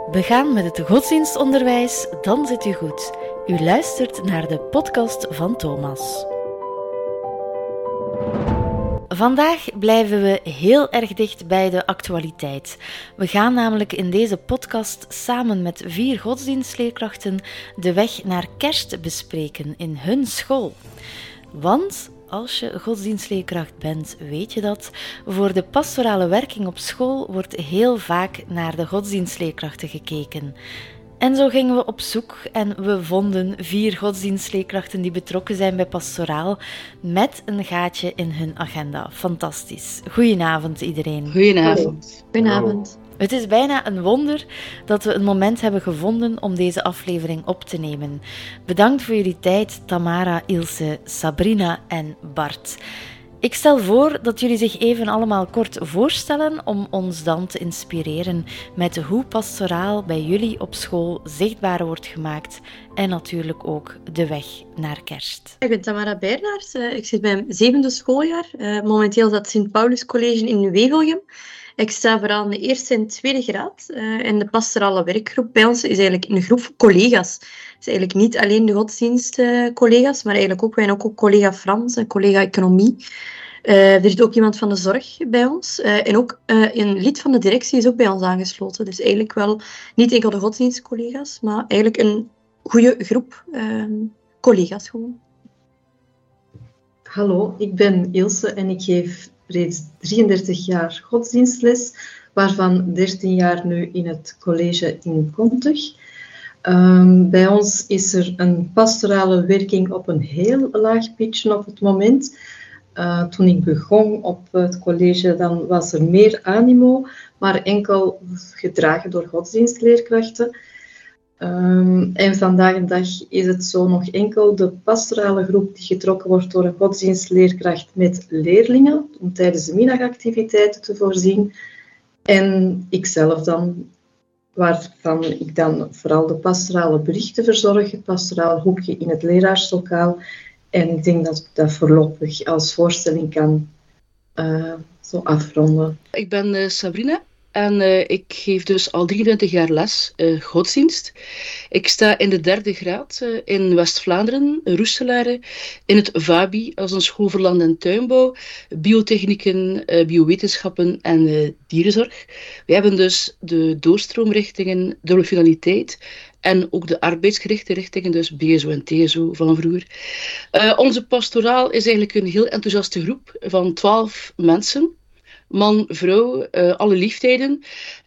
Begaan met het godsdienstonderwijs, dan zit u goed. U luistert naar de podcast van Thomas. Vandaag blijven we heel erg dicht bij de actualiteit. We gaan namelijk in deze podcast samen met 4 godsdienstleerkrachten de weg naar kerst bespreken in hun school. Want als je godsdienstleerkracht bent, weet je dat. Voor de pastorale werking op school wordt heel vaak naar de godsdienstleerkrachten gekeken. En zo gingen we op zoek en we vonden 4 godsdienstleerkrachten die betrokken zijn bij pastoraal met een gaatje in hun agenda. Fantastisch. Goedenavond iedereen. Goedenavond. Goedenavond. Het is bijna een wonder dat we een moment hebben gevonden om deze aflevering op te nemen. Bedankt voor jullie tijd, Tamara, Ilse, Sabrina en Bart. Ik stel voor dat jullie zich even allemaal kort voorstellen om ons dan te inspireren met hoe pastoraal bij jullie op school zichtbaar wordt gemaakt en natuurlijk ook de weg naar kerst. Ik ben Tamara Bernards. Ik zit bij mijn 7e schooljaar. Momenteel is dat Sint Paulus College in Wevelgem. Ik sta vooral in de eerste en tweede graad. En de pastorale werkgroep bij ons is eigenlijk een groep collega's. Het is eigenlijk niet alleen de godsdienstcollega's, maar eigenlijk ook wij ook collega Frans en collega Economie. Er zit ook iemand van de zorg bij ons. En ook een lid van de directie is ook bij ons aangesloten. Dus eigenlijk wel niet enkel de godsdienstcollega's, maar eigenlijk een goede groep collega's gewoon. Hallo, ik ben Ilse en ik geef reeds 33 jaar godsdienstles, waarvan 13 jaar nu in het college in Kontich. Bij ons is er een pastorale werking op een heel laag pitje op het moment. Toen ik begon op het college, dan was er meer animo, maar enkel gedragen door godsdienstleerkrachten. En vandaag de dag is het zo nog enkel de pastorale groep die getrokken wordt door een godsdienstleerkracht met leerlingen om tijdens de middagactiviteiten te voorzien. En ikzelf dan, waarvan ik dan vooral de pastorale berichten verzorg, het pastoraal hoekje in het leraarslokaal. En ik denk dat ik dat voorlopig als voorstelling kan zo afronden. Ik ben Sabrina. En ik geef dus al 23 jaar les godsdienst. Ik sta in de 3e graad in West-Vlaanderen, Roeselare, in het VABI, als een school voor land- en tuinbouw, biotechnieken, biowetenschappen en dierenzorg. We hebben dus de doorstroomrichtingen, dubbele finaliteit en ook de arbeidsgerichte richtingen, dus BSO en TSO van vroeger. Onze pastoraal is eigenlijk een heel enthousiaste groep van 12 mensen. Man, vrouw, alle leeftijden.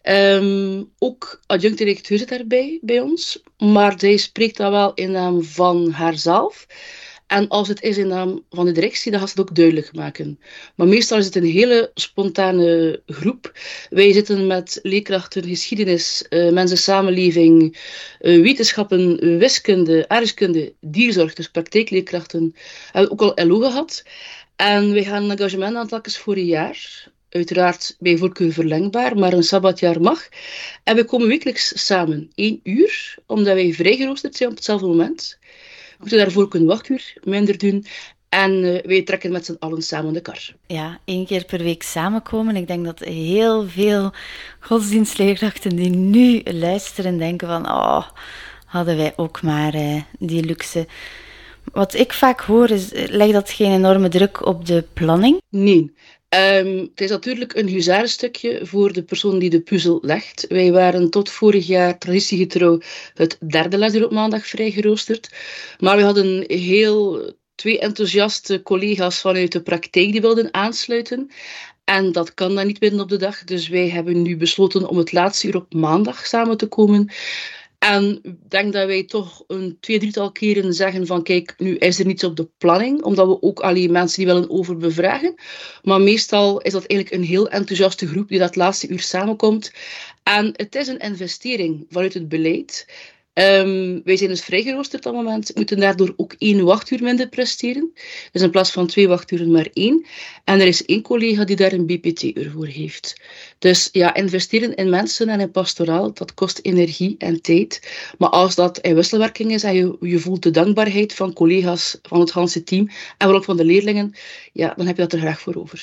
Ook adjunct-directeur zit daarbij bij ons. Maar zij spreekt dan wel in naam van haarzelf. En als het is in naam van de directie, dan gaat ze het ook duidelijk maken. Maar meestal is het een hele spontane groep. Wij zitten met leerkrachten geschiedenis, mensen samenleving, wetenschappen, wiskunde, aardrijkskunde, dierzorg, dus praktijkleerkrachten. Hebben we ook al LO gehad. En wij gaan een engagement aantakken voor een jaar. Uiteraard bij voorkeur verlengbaar, maar een sabbatjaar mag. En we komen wekelijks samen 1 uur, omdat wij vrijgeroosterd zijn op hetzelfde moment. We moeten daarvoor ook een wachtuur minder doen. En wij trekken met z'n allen samen de kar. Ja, 1 keer per week samenkomen. Ik denk dat heel veel godsdienstleerkrachten die nu luisteren denken van hadden wij ook maar die luxe. Wat ik vaak hoor is, legt dat geen enorme druk op de planning? Nee. Het is natuurlijk een huzarenstukje voor de persoon die de puzzel legt. Wij waren tot vorig jaar traditiegetrouw het 3e lesuur op maandag vrijgeroosterd. Maar we hadden 2 enthousiaste collega's vanuit de praktijk die wilden aansluiten. En dat kan dan niet midden op de dag. Dus wij hebben nu besloten om het laatste uur op maandag samen te komen. En ik denk dat wij toch een 2-3-tal keren zeggen van kijk, nu is er niets op de planning, omdat we ook alleen mensen die willen overbevragen. Maar meestal is dat eigenlijk een heel enthousiaste groep die dat laatste uur samenkomt. En het is een investering vanuit het beleid. Wij zijn dus vrijgeroosterd op het moment, moeten daardoor ook 1 wachtuur minder presteren. Dus in plaats van 2 wachturen maar 1. En er is 1 collega die daar een BPT-uur voor heeft. Dus ja, investeren in mensen en in pastoraal, dat kost energie en tijd. Maar als dat in wisselwerking is en je voelt de dankbaarheid van collega's van het hele team en vooral van de leerlingen, ja, dan heb je dat er graag voor over.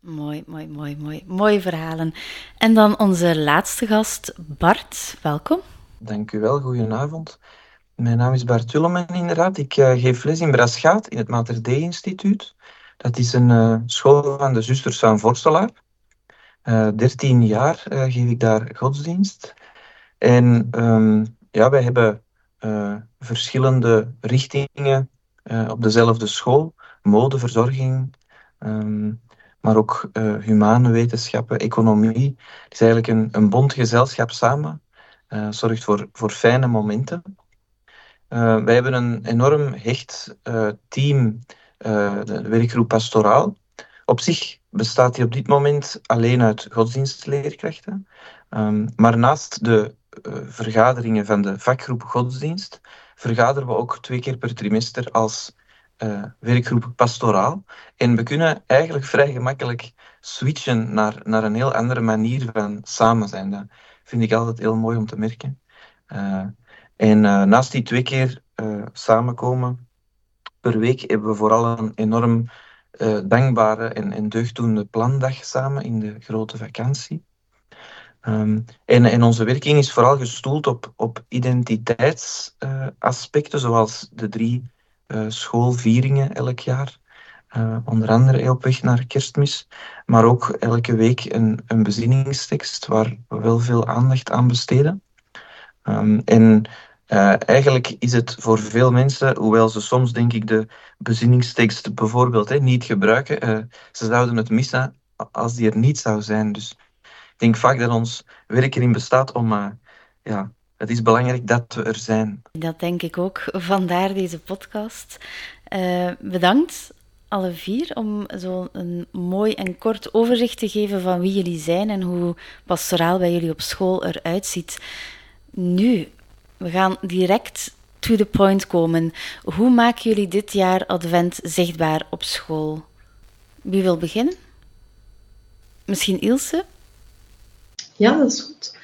Mooi, mooi, mooi, mooi. Mooie verhalen. En dan onze laatste gast, Bart. Welkom. Dank u wel, goedenavond. Mijn naam is Bart Tulleman inderdaad. Ik geef les in Braschaat in het Mater Dei Instituut. Dat is een school van de zusters van Vorselaar. 13 jaar geef ik daar godsdienst. En wij hebben verschillende richtingen op dezelfde school. Mode, verzorging, maar ook humane wetenschappen, economie. Het is eigenlijk een bond gezelschap samen. Zorgt voor fijne momenten. Wij hebben een enorm hecht team, de werkgroep Pastoraal. Op zich bestaat die op dit moment alleen uit godsdienstleerkrachten. Maar naast de vergaderingen van de vakgroep godsdienst vergaderen we ook 2 keer per trimester als werkgroep Pastoraal. En we kunnen eigenlijk vrij gemakkelijk switchen naar een heel andere manier van samen zijn. Dat vind ik altijd heel mooi om te merken. Naast die 2 keer samenkomen per week hebben we vooral een enorm dankbare en deugddoende plandag samen in de grote vakantie. En onze werking is vooral gestoeld op identiteitsaspecten, zoals de 3 schoolvieringen elk jaar. Onder andere op weg naar Kerstmis, maar ook elke week een bezinningstekst waar we wel veel aandacht aan besteden. Eigenlijk is het voor veel mensen, hoewel ze soms denk ik de bezinningstekst bijvoorbeeld niet gebruiken, ze zouden het missen als die er niet zou zijn. Dus ik denk vaak dat ons werk erin bestaat om, het is belangrijk dat we er zijn. Dat denk ik ook, vandaar deze podcast. Bedankt alle 4 om zo'n mooi en kort overzicht te geven van wie jullie zijn en hoe pastoraal bij jullie op school eruit ziet. Nu, we gaan direct to the point komen. Hoe maken jullie dit jaar Advent zichtbaar op school? Wie wil beginnen? Misschien Ilse? Ja, dat is goed.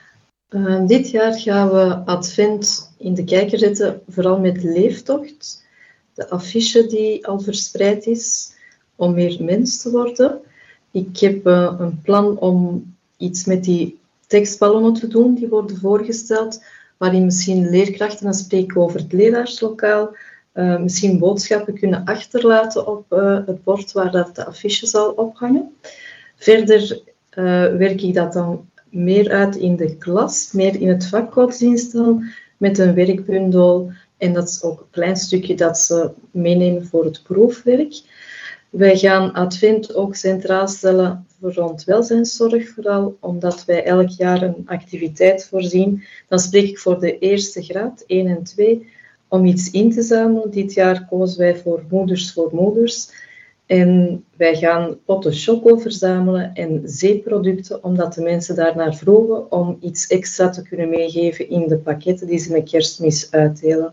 Dit jaar gaan we Advent in de kijker zetten, vooral met Leeftocht. De affiche die al verspreid is, om meer mens te worden. Ik heb een plan om iets met die tekstballonnen te doen, die worden voorgesteld, waarin misschien leerkrachten, dan spreken we over het leraarslokaal, misschien boodschappen kunnen achterlaten op het bord waar dat de affiche zal ophangen. Verder werk ik dat dan meer uit in de klas, meer in het vak godsdienst dan, met een werkbundel. En dat is ook een klein stukje dat ze meenemen voor het proefwerk. Wij gaan Advent ook centraal stellen rond welzijnszorg vooral, omdat wij elk jaar een activiteit voorzien. Dan spreek ik voor de eerste graad, 1 en 2, om iets in te zamelen. Dit jaar kozen wij voor moeders. En wij gaan potten choco verzamelen en zeeproducten, omdat de mensen daarnaar vroegen om iets extra te kunnen meegeven in de pakketten die ze met Kerstmis uitdelen.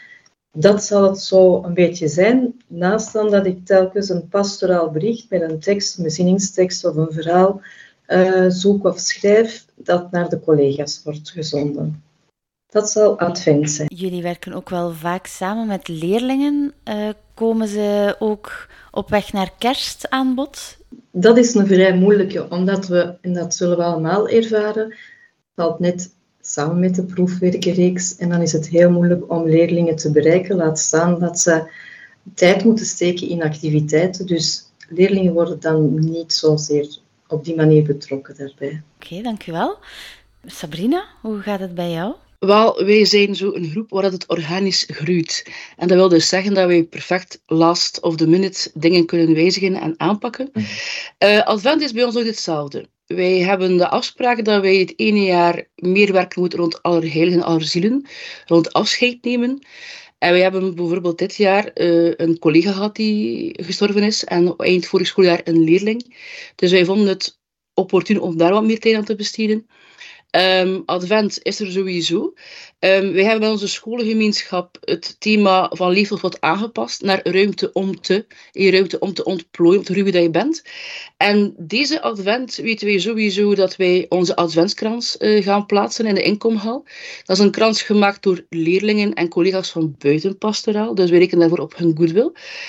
Dat zal het zo een beetje zijn. Naast dan dat ik telkens een pastoraal bericht met een tekst, een bezinningstekst of een verhaal zoek of schrijf, dat naar de collega's wordt gezonden. Dat zal Advent zijn. Jullie werken ook wel vaak samen met leerlingen. Komen ze ook op weg naar Kerst aan bod? Dat is een vrij moeilijke, omdat we, en dat zullen we allemaal ervaren, valt net samen met de proefwerkenreeks. En dan is het heel moeilijk om leerlingen te bereiken. Laat staan dat ze tijd moeten steken in activiteiten. Dus leerlingen worden dan niet zozeer op die manier betrokken daarbij. Oké, dankjewel. Sabrina, hoe gaat het bij jou? Wel, wij zijn zo een groep waar het organisch groeit. En dat wil dus zeggen dat wij perfect last of the minute dingen kunnen wijzigen en aanpakken. Advent is bij ons ook hetzelfde. Wij hebben de afspraak dat wij het ene jaar meer werken moeten rond Allerheiligen en Allerzielen, rond afscheid nemen. En wij hebben bijvoorbeeld dit jaar een collega gehad die gestorven is en eind vorig schooljaar een leerling. Dus wij vonden het opportun om daar wat meer tijd aan te besteden. Advent is er sowieso. Wij hebben bij onze scholengemeenschap het thema van Leeftijd wat aangepast naar ruimte om te. Ruimte om te ontplooien, om te groeien dat je bent. En deze advent weten wij sowieso dat wij onze adventskrans gaan plaatsen in de inkomhal. Dat is een krans gemaakt door leerlingen en collega's van buiten pastoraal. Dus wij rekenen daarvoor op hun goodwill.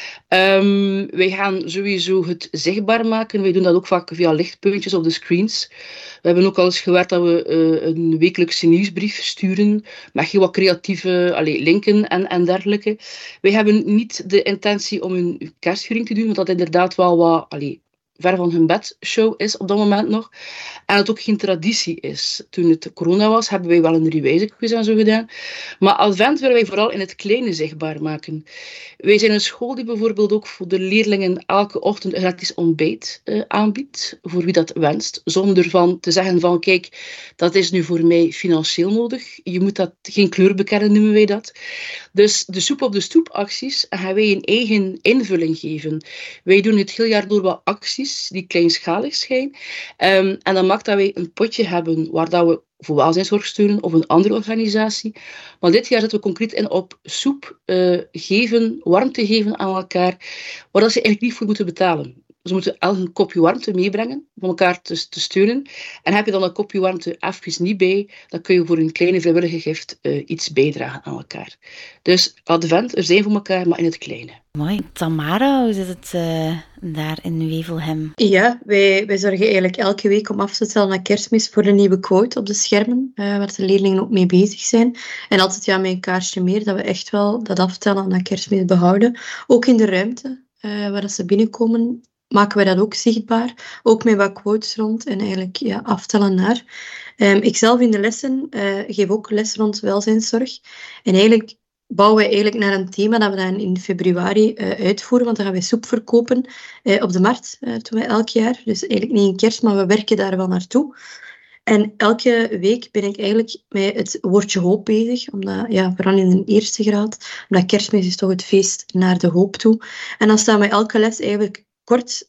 Wij gaan sowieso het zichtbaar maken. Wij doen dat ook vaak via lichtpuntjes op de screens. We hebben ook al eens gewerkt dat we een wekelijkse nieuwsbrief sturen met heel wat creatieve linken en dergelijke. Wij hebben niet de intentie om een kerstviering te doen, want dat inderdaad wel wat ver van hun bedshow is op dat moment nog. En het ook geen traditie is. Toen het corona was, hebben wij wel een rewijzenquiz en zo gedaan. Maar advent willen wij vooral in het kleine zichtbaar maken. Wij zijn een school die bijvoorbeeld ook voor de leerlingen elke ochtend een gratis ontbijt aanbiedt, voor wie dat wenst. Zonder van te zeggen van, kijk, dat is nu voor mij financieel nodig. Je moet dat geen kleur bekennen, noemen wij dat. Dus de soep op de stoep acties gaan wij een eigen invulling geven. Wij doen het heel jaar door wat acties die kleinschalig zijn. En dat maakt dat wij een potje hebben waar dat we voor welzijnszorg steunen of een andere organisatie. Maar dit jaar zetten we concreet in op soep geven, warmte geven aan elkaar, waar dat ze eigenlijk niet voor moeten betalen. Ze moeten elk een kopje warmte meebrengen om elkaar te steunen. En heb je dan een kopje warmte even niet bij, dan kun je voor een kleine vrijwillige gift iets bijdragen aan elkaar. Dus advent, er zijn voor elkaar, maar in het kleine. Mooi. Tamara, hoe zit het daar in Wevelgem? Ja, wij zorgen eigenlijk elke week om af te tellen naar Kerstmis voor een nieuwe quote op de schermen, waar de leerlingen ook mee bezig zijn. En altijd met een kaarsje meer, dat we echt wel dat aftellen naar Kerstmis behouden. Ook in de ruimte, waar dat ze binnenkomen, maken we dat ook zichtbaar. Ook met wat quotes rond en eigenlijk aftellen naar. Ik zelf in de lessen geef ook les rond welzijnszorg. En eigenlijk bouwen we eigenlijk naar een thema dat we dan in februari uitvoeren, want dan gaan we soep verkopen op de markt, doen we elk jaar. Dus eigenlijk niet in kerst, maar we werken daar wel naartoe. En elke week ben ik eigenlijk met het woordje hoop bezig, omdat, vooral in de eerste graad, omdat Kerstmis is toch het feest naar de hoop toe. En dan staan we elke les eigenlijk kort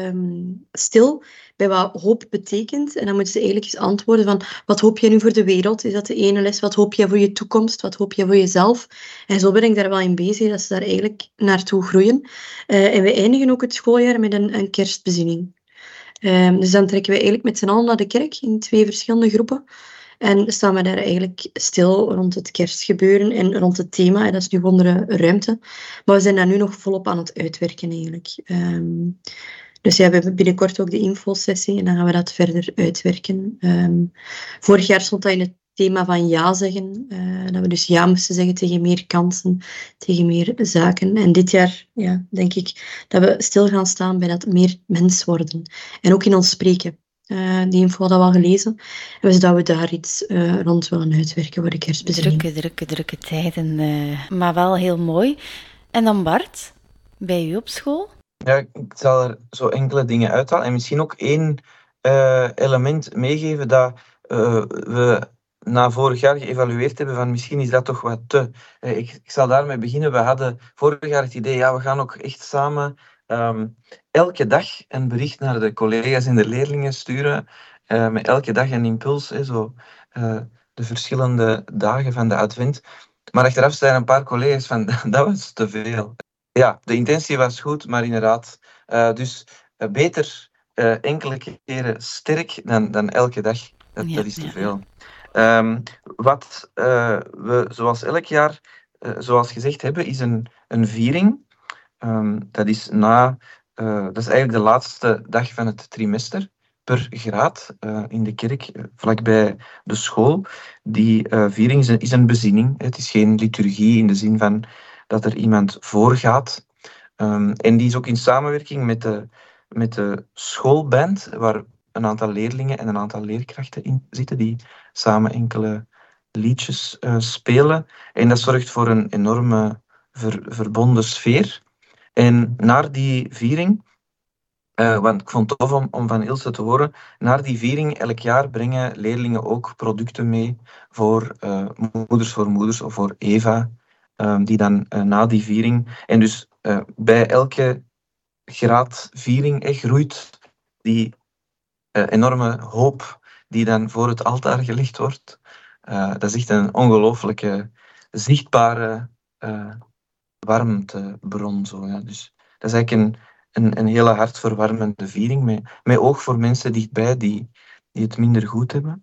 stil bij wat hoop betekent. En dan moeten ze eigenlijk eens antwoorden van, wat hoop jij nu voor de wereld? Is dat de ene les? Wat hoop jij voor je toekomst? Wat hoop jij voor jezelf? En zo ben ik daar wel in bezig, dat ze daar eigenlijk naartoe groeien. En we eindigen ook het schooljaar met een kerstbezinning. Dus dan trekken we eigenlijk met z'n allen naar de kerk in 2 verschillende groepen. En staan we daar eigenlijk stil rond het kerstgebeuren en rond het thema. En dat is nu wondere ruimte. Maar we zijn daar nu nog volop aan het uitwerken eigenlijk. Dus we hebben binnenkort ook de infosessie en dan gaan we dat verder uitwerken. Vorig jaar stond dat in het thema van ja zeggen. Dat we dus ja moesten zeggen tegen meer kansen, tegen meer zaken. En dit jaar denk ik dat we stil gaan staan bij dat meer mens worden. En ook in ons spreken. Die info hadden we al gelezen. En dus dat we daar iets rond willen uitwerken voor de kerstbezinning. Drukke tijden. Maar wel heel mooi. En dan Bart, bij u op school? Ja, ik zal er zo enkele dingen uithalen. En misschien ook 1 element meegeven dat we na vorig jaar geëvalueerd hebben van misschien is dat toch wat te. Ik zal daarmee beginnen. We hadden vorig jaar het idee, we gaan ook echt samen elke dag een bericht naar de collega's en de leerlingen sturen. Met elke dag een impuls, de verschillende dagen van de advent. Maar achteraf zijn een paar collega's van, dat was te veel. Ja, de intentie was goed, maar inderdaad. Dus beter enkele keren sterk dan elke dag. Dat is te veel. Wat we zoals elk jaar, zoals gezegd hebben, is een viering. Dat is dat is eigenlijk de laatste dag van het trimester per graad in de kerk, vlakbij de school. Die viering is een bezinning. Het is geen liturgie in de zin van dat er iemand voorgaat. En die is ook in samenwerking met de schoolband, waar een aantal leerlingen en een aantal leerkrachten in zitten, die samen enkele liedjes spelen. En dat zorgt voor een enorme verbonden sfeer. En naar die viering, want ik vond het tof om van Ilse te horen, naar die viering elk jaar brengen leerlingen ook producten mee voor Moeders voor Moeders of voor Eva, die dan na die viering... En dus bij elke graadviering groeit die enorme hoop die dan voor het altaar gelegd wordt. Dat is echt een ongelooflijke, zichtbare warmtebron. Zo, ja. Dus dat is eigenlijk een hele hartverwarmende viering, met oog voor mensen dichtbij die het minder goed hebben.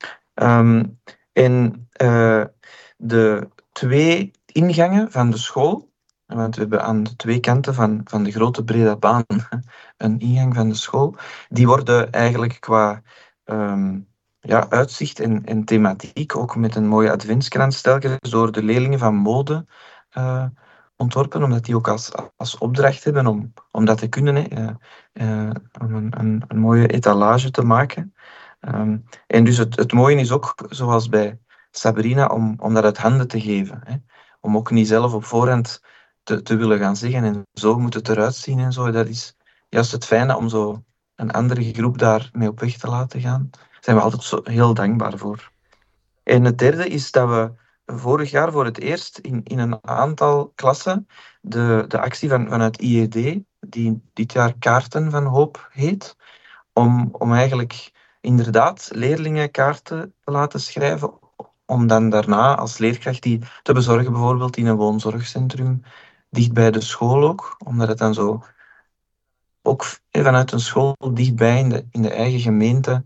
En de 2 ingangen van de school, want we hebben aan de 2 kanten van de grote brede baan een ingang van de school, die worden eigenlijk qua uitzicht en thematiek, ook met een mooie adventskrans telkens door de leerlingen van mode ontworpen, omdat die ook als opdracht hebben om dat te kunnen, om een mooie etalage te maken. En dus het mooie is ook, zoals bij Sabrina, om dat uit handen te geven. Hè. Om ook niet zelf op voorhand te willen gaan zeggen en zo moet het eruit zien en zo. Dat is juist het fijne om zo een andere groep daarmee op weg te laten gaan. Daar zijn we altijd zo heel dankbaar voor. En het derde is dat we vorig jaar voor het eerst in een aantal klassen de actie vanuit IED, die dit jaar Kaarten van Hoop heet, om eigenlijk inderdaad leerlingen kaarten te laten schrijven, om dan daarna als leerkracht die te bezorgen, bijvoorbeeld in een woonzorgcentrum, dicht bij de school ook, omdat het dan zo ook vanuit een school dichtbij in de eigen gemeente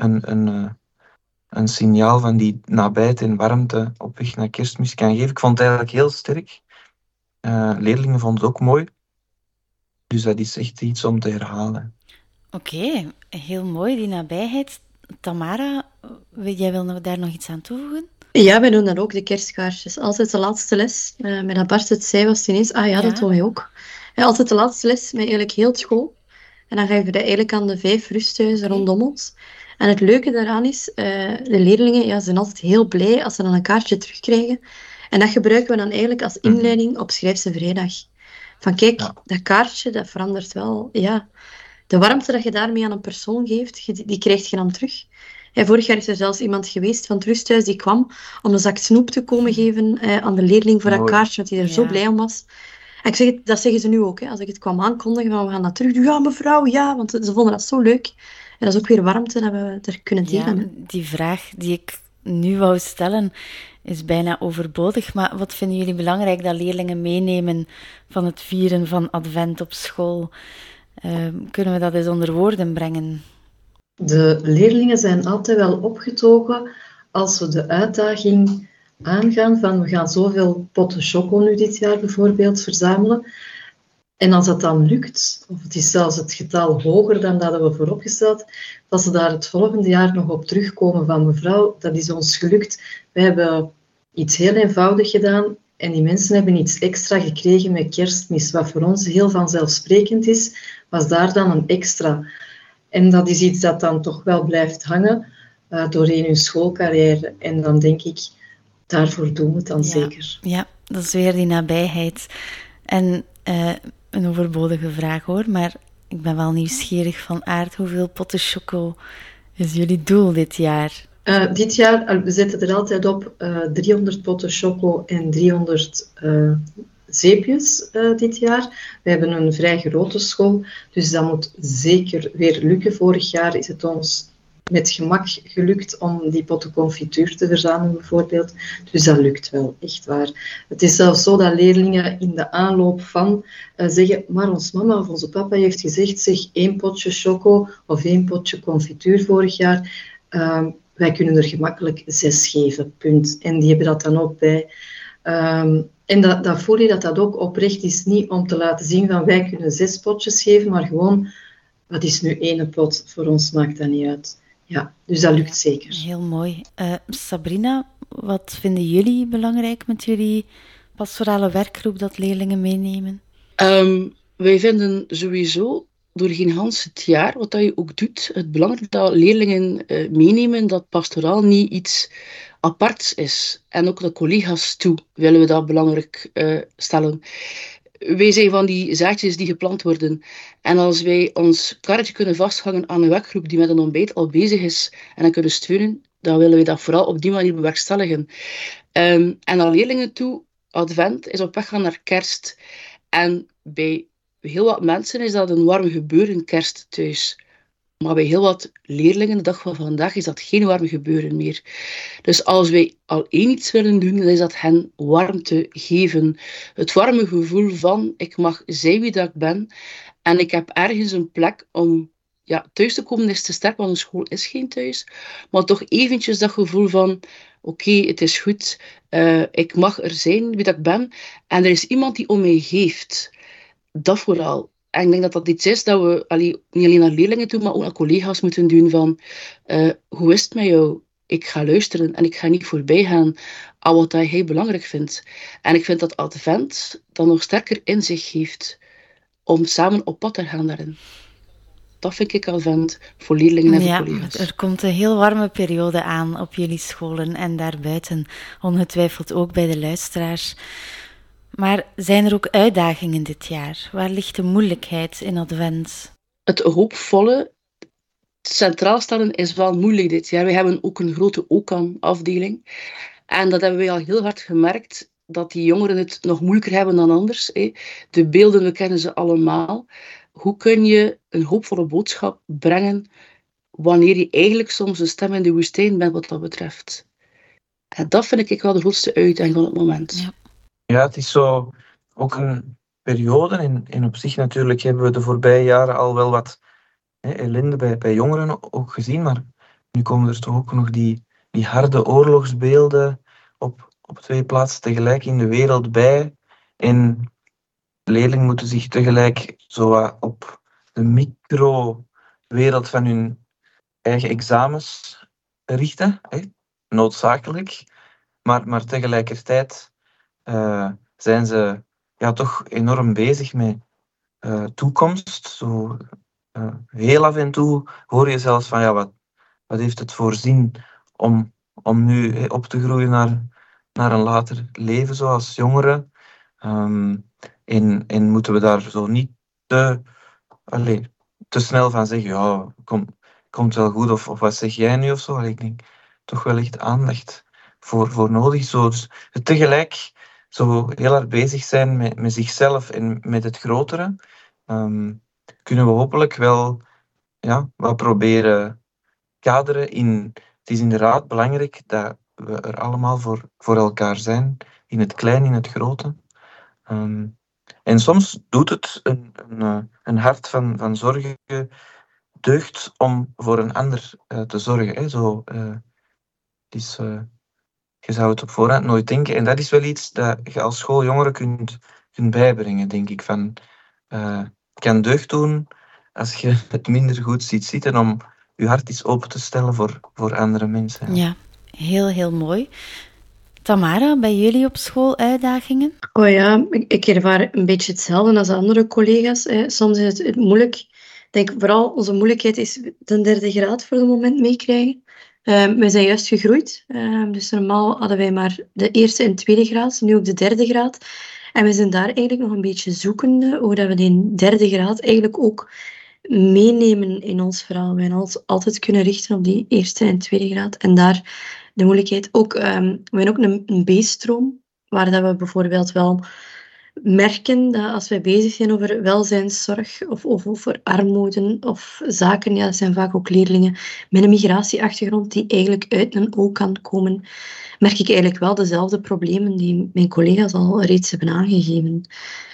een signaal van die nabijheid en warmte op weg naar Kerstmis kan geven. Ik vond het eigenlijk heel sterk. Leerlingen vonden het ook mooi. Dus dat is echt iets om te herhalen. Oké, heel mooi, die nabijheid. Tamara, jij wil daar nog iets aan toevoegen? Ja, wij doen dat ook, de kerstkaarsjes. Altijd de laatste les. Met dat Bart het zei, was het ineens... dat doen wij ook. Altijd de laatste les met eigenlijk heel het school. En dan geven we dat eigenlijk aan de 5 rusthuizen rondom ons. En het leuke daaraan is, de leerlingen zijn altijd heel blij als ze dan een kaartje terugkrijgen. En dat gebruiken we dan eigenlijk als inleiding op Schrijfse Vrijdag. Van kijk, dat kaartje, dat verandert wel. Ja, de warmte dat je daarmee aan een persoon geeft, die krijg je dan terug. Vorig jaar is er zelfs iemand geweest van het rusthuis die kwam om een zak snoep te komen geven aan de leerling voor dat kaartje, dat hij er zo blij om was. En ik zeg, dat zeggen ze nu ook. Als ik het kwam aankondigen, van we gaan dat terug doen. Ja, mevrouw, ja, want ze vonden dat zo leuk. En dat is ook weer warmte dat we er kunnen delen. Ja, die vraag die ik nu wou stellen is bijna overbodig. Maar wat vinden jullie belangrijk dat leerlingen meenemen van het vieren van Advent op school? Kunnen we dat eens onder woorden brengen? De leerlingen zijn altijd wel opgetogen als we de uitdaging aangaan van we gaan zoveel potten choco nu dit jaar bijvoorbeeld verzamelen. En als dat dan lukt, of het is zelfs het getal hoger dan dat we vooropgesteld, dat ze daar het volgende jaar nog op terugkomen van mevrouw, dat is ons gelukt. We hebben iets heel eenvoudig gedaan en die mensen hebben iets extra gekregen met Kerstmis. Wat voor ons heel vanzelfsprekend is, was daar dan een extra. En dat is iets dat dan toch wel blijft hangen doorheen hun schoolcarrière. En dan denk ik, daarvoor doen we het dan zeker. Ja, dat is weer die nabijheid. En een overbodige vraag hoor, maar ik ben wel nieuwsgierig van aard. Hoeveel potten choco is jullie doel dit jaar? Dit jaar, we zetten er altijd op 300 potten choco en 300 zeepjes dit jaar. We hebben een vrij grote school, dus dat moet zeker weer lukken. Vorig jaar is het ons met gemak gelukt om die potten confituur te verzamelen bijvoorbeeld. Dus dat lukt wel, echt waar. Het is zelfs zo dat leerlingen in de aanloop van zeggen, maar ons mama of onze papa heeft gezegd, zeg 1 potje choco of 1 potje confituur vorig jaar. Wij kunnen er gemakkelijk 6 geven, punt. En die hebben dat dan ook bij. En dat voel je dat ook oprecht is, niet om te laten zien van wij kunnen 6 potjes geven, maar gewoon, wat is nu 1 pot? Voor ons maakt dat niet uit. Ja, dus dat lukt zeker. Heel mooi. Sabrina, wat vinden jullie belangrijk met jullie pastorale werkgroep dat leerlingen meenemen? Wij vinden sowieso doorheen Hans het jaar, wat dat je ook doet, het belangrijk dat leerlingen meenemen dat pastoraal niet iets aparts is. En ook de collega's toe willen we dat belangrijk stellen. Wij zijn van die zaadjes die geplant worden. En als wij ons karretje kunnen vasthangen aan een werkgroep die met een ontbijt al bezig is en dan kunnen steunen, dan willen we dat vooral op die manier bewerkstelligen. En naar leerlingen toe, Advent is op weg gaan naar Kerst. En bij heel wat mensen is dat een warm gebeuren, Kerst thuis. Maar bij heel wat leerlingen, de dag van vandaag, is dat geen warm gebeuren meer. Dus als wij al één iets willen doen, dan is dat hen warmte geven. Het warme gevoel van, ik mag zijn wie dat ik ben. En ik heb ergens een plek om thuis te komen, is te sterk, want een school is geen thuis. Maar toch eventjes dat gevoel van, oké, het is goed. Ik mag er zijn wie dat ik ben. En er is iemand die om mij geeft. Dat vooral. En ik denk dat dat iets is dat we niet alleen naar leerlingen toe, maar ook naar collega's moeten doen van, hoe is het met jou? Ik ga luisteren en ik ga niet voorbij gaan aan wat hij belangrijk vindt. En ik vind dat Advent dan nog sterker inzicht heeft om samen op pad te gaan daarin. Dat vind ik Advent voor leerlingen en voor collega's. Er komt een heel warme periode aan op jullie scholen en daarbuiten ongetwijfeld ook bij de luisteraars. Maar zijn er ook uitdagingen dit jaar? Waar ligt de moeilijkheid in Advent? Het hoopvolle centraal stellen is wel moeilijk dit jaar. We hebben ook een grote OCAN-afdeling. En dat hebben wij al heel hard gemerkt, dat die jongeren het nog moeilijker hebben dan anders. De beelden, we kennen ze allemaal. Hoe kun je een hoopvolle boodschap brengen wanneer je eigenlijk soms een stem in de woestijn bent wat dat betreft? En dat vind ik wel de grootste uitdaging van het moment. Ja, het is zo ook een periode. En op zich natuurlijk hebben we de voorbije jaren al wel wat ellende bij jongeren ook gezien. Maar nu komen er toch ook nog die harde oorlogsbeelden op 2 plaatsen tegelijk in de wereld bij. En de leerlingen moeten zich tegelijk zo op de micro-wereld van hun eigen examens richten. Noodzakelijk. Maar tegelijkertijd zijn ze toch enorm bezig met toekomst. Zo, heel af en toe hoor je zelfs van wat heeft het voor zin om nu op te groeien naar een later leven zoals jongeren. En moeten we daar zo niet te snel van zeggen, komt wel goed, of wat zeg jij nu of zo. Ik denk toch wel echt aandacht voor nodig. Zo, dus tegelijk zo heel erg bezig zijn met zichzelf en met het grotere, kunnen we hopelijk wel wat proberen kaderen in. Het is inderdaad belangrijk dat we er allemaal voor elkaar zijn, in het klein, in het grote. En soms doet het een hart van zorgen deugd om voor een ander te zorgen. Zo, dus, je zou het op voorhand nooit denken. En dat is wel iets dat je als schooljongeren kunt bijbrengen, denk ik. Van, kan deugd doen als je het minder goed ziet zitten, om je hart eens open te stellen voor andere mensen. Ja, heel, heel mooi. Tamara, bij jullie op school uitdagingen? Oh ja, ik ervaar een beetje hetzelfde als andere collega's. Soms is het moeilijk. Ik denk vooral onze moeilijkheid is de 3e graad voor het moment meekrijgen. We zijn juist gegroeid. Dus normaal hadden wij maar de 1e en 2e graad, nu ook de 3e graad. En we zijn daar eigenlijk nog een beetje zoekende, hoe dat we die 3e graad eigenlijk ook meenemen in ons verhaal. Wij ons altijd kunnen richten op die 1e en 2e graad. En daar de moeilijkheid ook. We hebben ook een B-stroom, waar dat we bijvoorbeeld wel merken dat als wij bezig zijn over welzijnszorg of over armoede of zaken, dat zijn vaak ook leerlingen met een migratieachtergrond die eigenlijk uit een OCAN komen, merk ik eigenlijk wel dezelfde problemen die mijn collega's al reeds hebben aangegeven.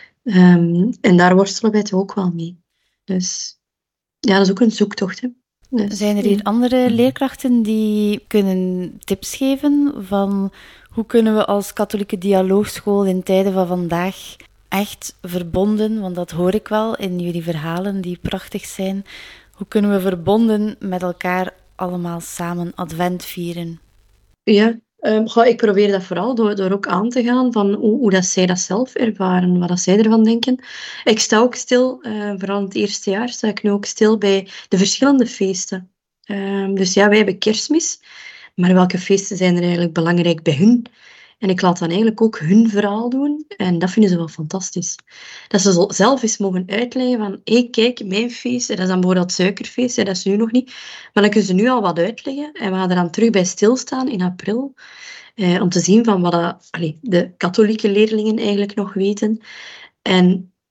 En daar worstelen wij toch ook wel mee. Dus ja, dat is ook een zoektocht. Hè. Dus, zijn er hier andere leerkrachten die kunnen tips geven van hoe kunnen we als katholieke dialoogschool in tijden van vandaag echt verbonden, want dat hoor ik wel in jullie verhalen die prachtig zijn, hoe kunnen we verbonden met elkaar allemaal samen Advent vieren? Ja, ik probeer dat vooral door ook aan te gaan van hoe dat zij dat zelf ervaren, wat dat zij ervan denken. Ik sta ook stil, vooral in het eerste jaar, sta ik nu ook stil bij de verschillende feesten. Dus ja, wij hebben Kerstmis, maar welke feesten zijn er eigenlijk belangrijk bij hun? En ik laat dan eigenlijk ook hun verhaal doen. En dat vinden ze wel fantastisch. Dat ze zelf eens mogen uitleggen van, kijk, mijn feest, dat is dan bijvoorbeeld suikerfeest, dat is nu nog niet. Maar dan kunnen ze nu al wat uitleggen. En we gaan er dan terug bij stilstaan in april. Om te zien van wat de katholieke leerlingen eigenlijk nog weten. En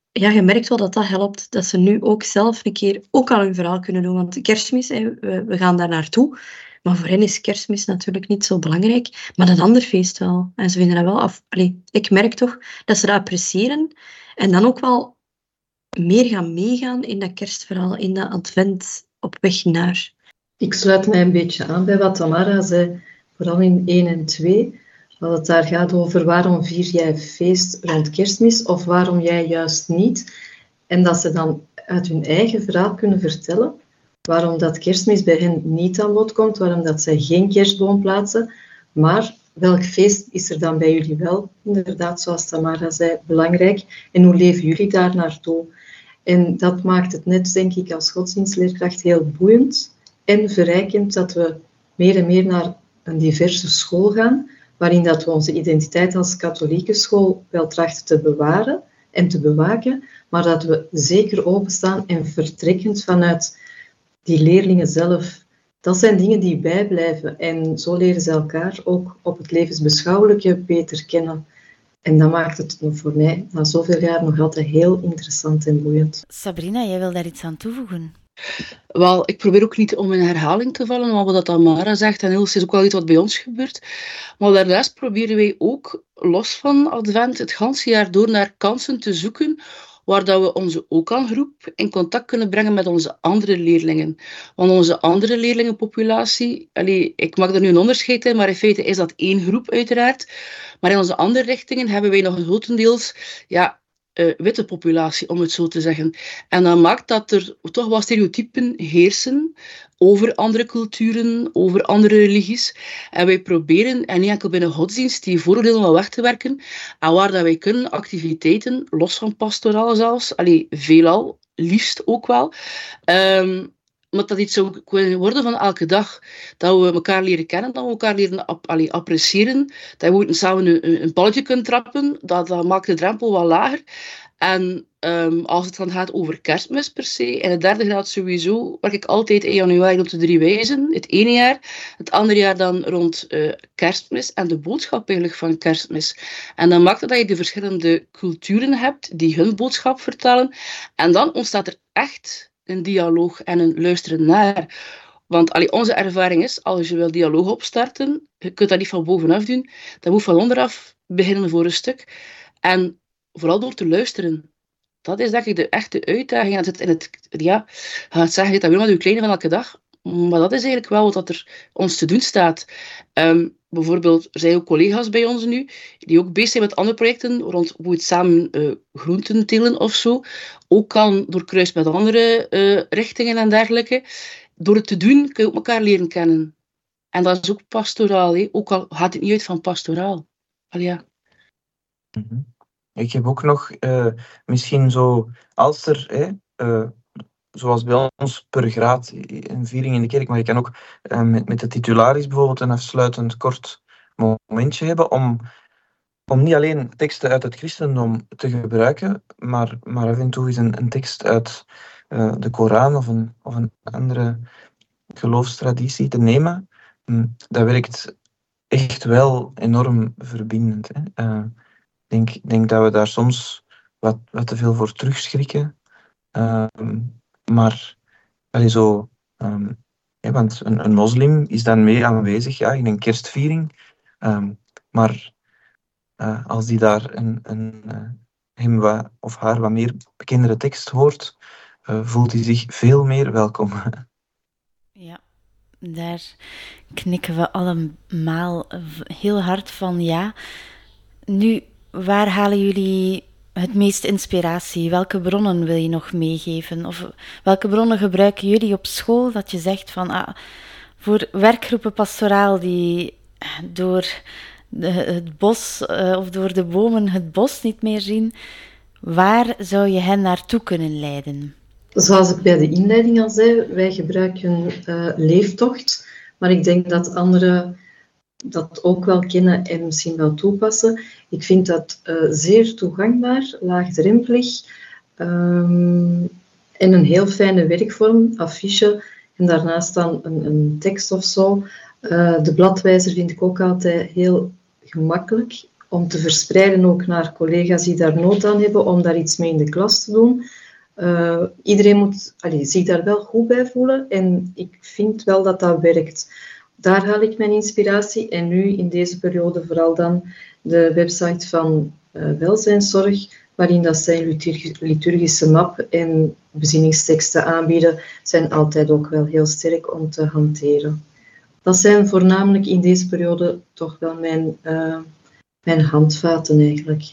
ja, je merkt wel dat dat helpt, dat ze nu ook zelf een keer ook al hun verhaal kunnen doen. Want Kerstmis, we gaan daar naartoe. Maar voor hen is Kerstmis natuurlijk niet zo belangrijk. Maar een ander feest wel. En ze vinden dat wel ik merk toch dat ze dat appreciëren. En dan ook wel meer gaan meegaan in dat kerstverhaal, in dat advent op weg naar. Ik sluit mij een beetje aan bij wat Tamara zei, vooral in 1 en 2. Dat het daar gaat over waarom vier jij feest rond Kerstmis of waarom jij juist niet. En dat ze dan uit hun eigen verhaal kunnen vertellen waarom dat Kerstmis bij hen niet aan bod komt, waarom dat zij geen kerstboom plaatsen. Maar welk feest is er dan bij jullie wel, inderdaad, zoals Tamara zei, belangrijk? En hoe leven jullie daar naartoe? En dat maakt het net, denk ik, als godsdienstleerkracht heel boeiend en verrijkend dat we meer en meer naar een diverse school gaan, waarin dat we onze identiteit als katholieke school wel trachten te bewaren en te bewaken, maar dat we zeker openstaan en vertrekkend vanuit die leerlingen zelf. Dat zijn dingen die bijblijven en zo leren ze elkaar ook op het levensbeschouwelijke beter kennen. En dat maakt het voor mij na zoveel jaar nog altijd heel interessant en boeiend. Sabrina, jij wil daar iets aan toevoegen? Wel, ik probeer ook niet om in herhaling te vallen, maar wat Tamara zegt, en Ilse is ook wel iets wat bij ons gebeurt. Maar daarnaast proberen wij ook, los van Advent, het ganse jaar door naar kansen te zoeken waar dat we onze OKAN-groep in contact kunnen brengen met onze andere leerlingen. Want onze andere leerlingenpopulatie, ik maak er nu een onderscheid in, maar in feite is dat één groep uiteraard. Maar in onze andere richtingen hebben wij nog een grotendeels witte populatie, om het zo te zeggen. En dat maakt dat er toch wel stereotypen heersen over andere culturen, over andere religies. En wij proberen, en niet enkel binnen godsdienst, die vooroordelen wel weg te werken. En waar dat wij kunnen, activiteiten, los van pastoraal zelfs, veelal, liefst ook wel, maar dat iets zou kunnen worden van elke dag. Dat we elkaar leren kennen, dat we elkaar leren appreciëren. Dat we samen een balletje kunnen trappen. Dat maakt de drempel wat lager. En als het dan gaat over Kerstmis per se, in de 3e graad sowieso, werk ik altijd in januari rond de 3 wijzen. Het ene jaar. Het andere jaar dan rond Kerstmis en de boodschap eigenlijk van Kerstmis. En dan maakt het dat je de verschillende culturen hebt die hun boodschap vertellen. En dan ontstaat er echt een dialoog en een luisteren naar. Want onze ervaring is, als je wil dialoog opstarten, je kunt dat niet van bovenaf doen, dat moet van onderaf beginnen voor een stuk. En vooral door te luisteren. Dat is denk ik de echte uitdaging. En het in het, gaat zeggen, dat wil met uw kleine van elke dag, maar dat is eigenlijk wel wat er ons te doen staat. Bijvoorbeeld, er zijn ook collega's bij ons nu, die ook bezig zijn met andere projecten, rond hoe het samen groenten telen of zo. Ook kan doorkruist met andere richtingen en dergelijke. Door het te doen, kun je ook elkaar leren kennen. En dat is ook pastoraal, ook al gaat het niet uit van pastoraal. Ik heb ook nog, misschien zo, als er, zoals bij ons per graad, een viering in de kerk, maar je kan ook met de titularis bijvoorbeeld een afsluitend kort momentje hebben om niet alleen teksten uit het christendom te gebruiken, maar af en toe eens een tekst uit de Koran of een andere geloofstraditie te nemen. Dat werkt echt wel enorm verbindend. Ik denk dat we daar soms wat te veel voor terugschrikken. Maar want een moslim is dan mee aanwezig in een kerstviering. Maar als die daar hem of haar wat meer bekendere tekst hoort, voelt hij zich veel meer welkom. Ja, daar knikken we allemaal heel hard van ja. Nu, waar halen jullie het meest inspiratie? Welke bronnen wil je nog meegeven? Of welke bronnen gebruiken jullie op school dat je zegt van voor werkgroepen pastoraal die door het bos of door de bomen het bos niet meer zien, waar zou je hen naartoe kunnen leiden? Zoals ik bij de inleiding al zei, wij gebruiken leeftocht, maar ik denk dat anderen dat ook wel kennen en misschien wel toepassen. Ik vind dat zeer toegankbaar, laagdrempelig en een heel fijne werkvorm, affiche en daarnaast dan een tekst of zo. De bladwijzer vind ik ook altijd heel gemakkelijk om te verspreiden ook naar collega's die daar nood aan hebben, om daar iets mee in de klas te doen. Iedereen moet zich daar wel goed bij voelen en ik vind wel dat dat werkt. Daar haal ik mijn inspiratie en nu in deze periode vooral dan de website van welzijnszorg, waarin dat zij liturgische map en bezinningsteksten aanbieden, zijn altijd ook wel heel sterk om te hanteren. Dat zijn voornamelijk in deze periode toch wel mijn handvaten eigenlijk.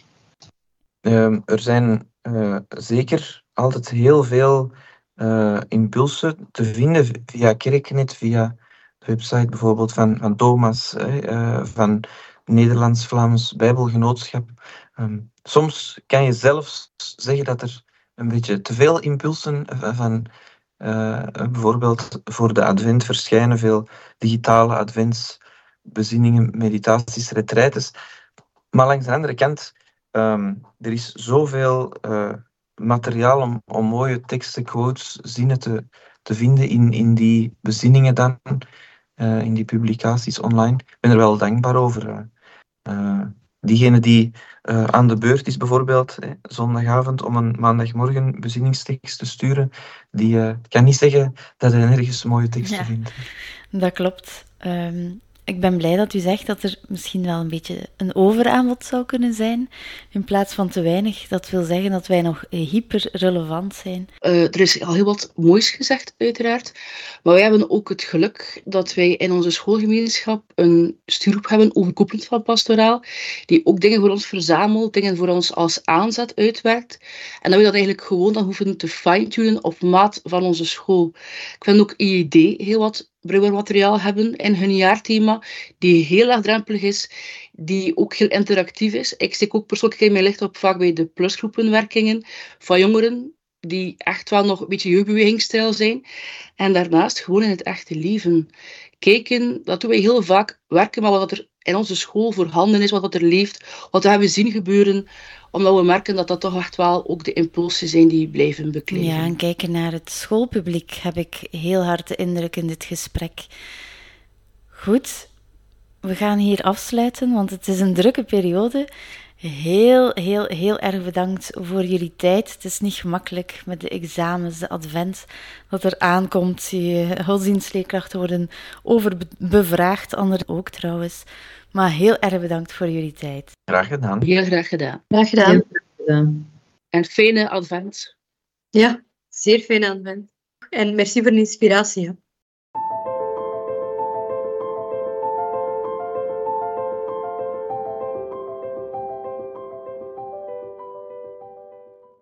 Er zijn zeker altijd heel veel impulsen te vinden via Kerknet, via de website bijvoorbeeld van Thomas, van Nederlands-Vlaams Bijbelgenootschap. Soms kan je zelfs zeggen dat er een beetje te veel impulsen van bijvoorbeeld voor de advent verschijnen, veel digitale adventsbezinningen, meditaties, retraites. Maar langs de andere kant, er is zoveel materiaal om mooie teksten, quotes, zinnen te vinden in die bezinningen dan, in die publicaties online. Ik ben er wel dankbaar over. Diegene die aan de beurt is bijvoorbeeld, zondagavond om een maandagmorgen bezinningstekst te sturen, die kan niet zeggen dat hij nergens mooie teksten vindt. Dat klopt. Ik ben blij dat u zegt dat er misschien wel een beetje een overaanbod zou kunnen zijn, in plaats van te weinig. Dat wil zeggen dat wij nog hyper relevant zijn. Er is al heel wat moois gezegd, uiteraard. Maar wij hebben ook het geluk dat wij in onze schoolgemeenschap een stuurgroep hebben, overkoepelend van pastoraal, die ook dingen voor ons verzamelt, dingen voor ons als aanzet uitwerkt. En dat we dat eigenlijk gewoon dan hoeven te fine-tunen op maat van onze school. Ik vind ook IED heel wat brouwermateriaal hebben in hun jaarthema, die heel laagdrempelig is, die ook heel interactief is. Ik steek ook persoonlijk mijn licht op vaak bij de plusgroepenwerkingen van jongeren, die echt wel nog een beetje jeugdbewegingstijl zijn. En daarnaast gewoon in het echte leven. Kijken, dat doen wij heel vaak, werken met wat er in onze school voorhanden is, wat er leeft, wat we hebben zien gebeuren, omdat we merken dat dat toch echt wel ook de impulsen zijn die blijven bekleden. Ja, en kijken naar het schoolpubliek heb ik heel hard de indruk in dit gesprek. Goed, we gaan hier afsluiten, want het is een drukke periode. Heel erg bedankt voor jullie tijd. Het is niet gemakkelijk met de examens, de advent dat er aankomt. Godsdienstleerkrachten worden overbevraagd, anderen ook trouwens. Maar heel erg bedankt voor jullie tijd. Graag gedaan. Heel graag gedaan. Graag gedaan. Heel graag gedaan. En fijne advent. Ja, zeer fijne advent. En merci voor de inspiratie. Ja.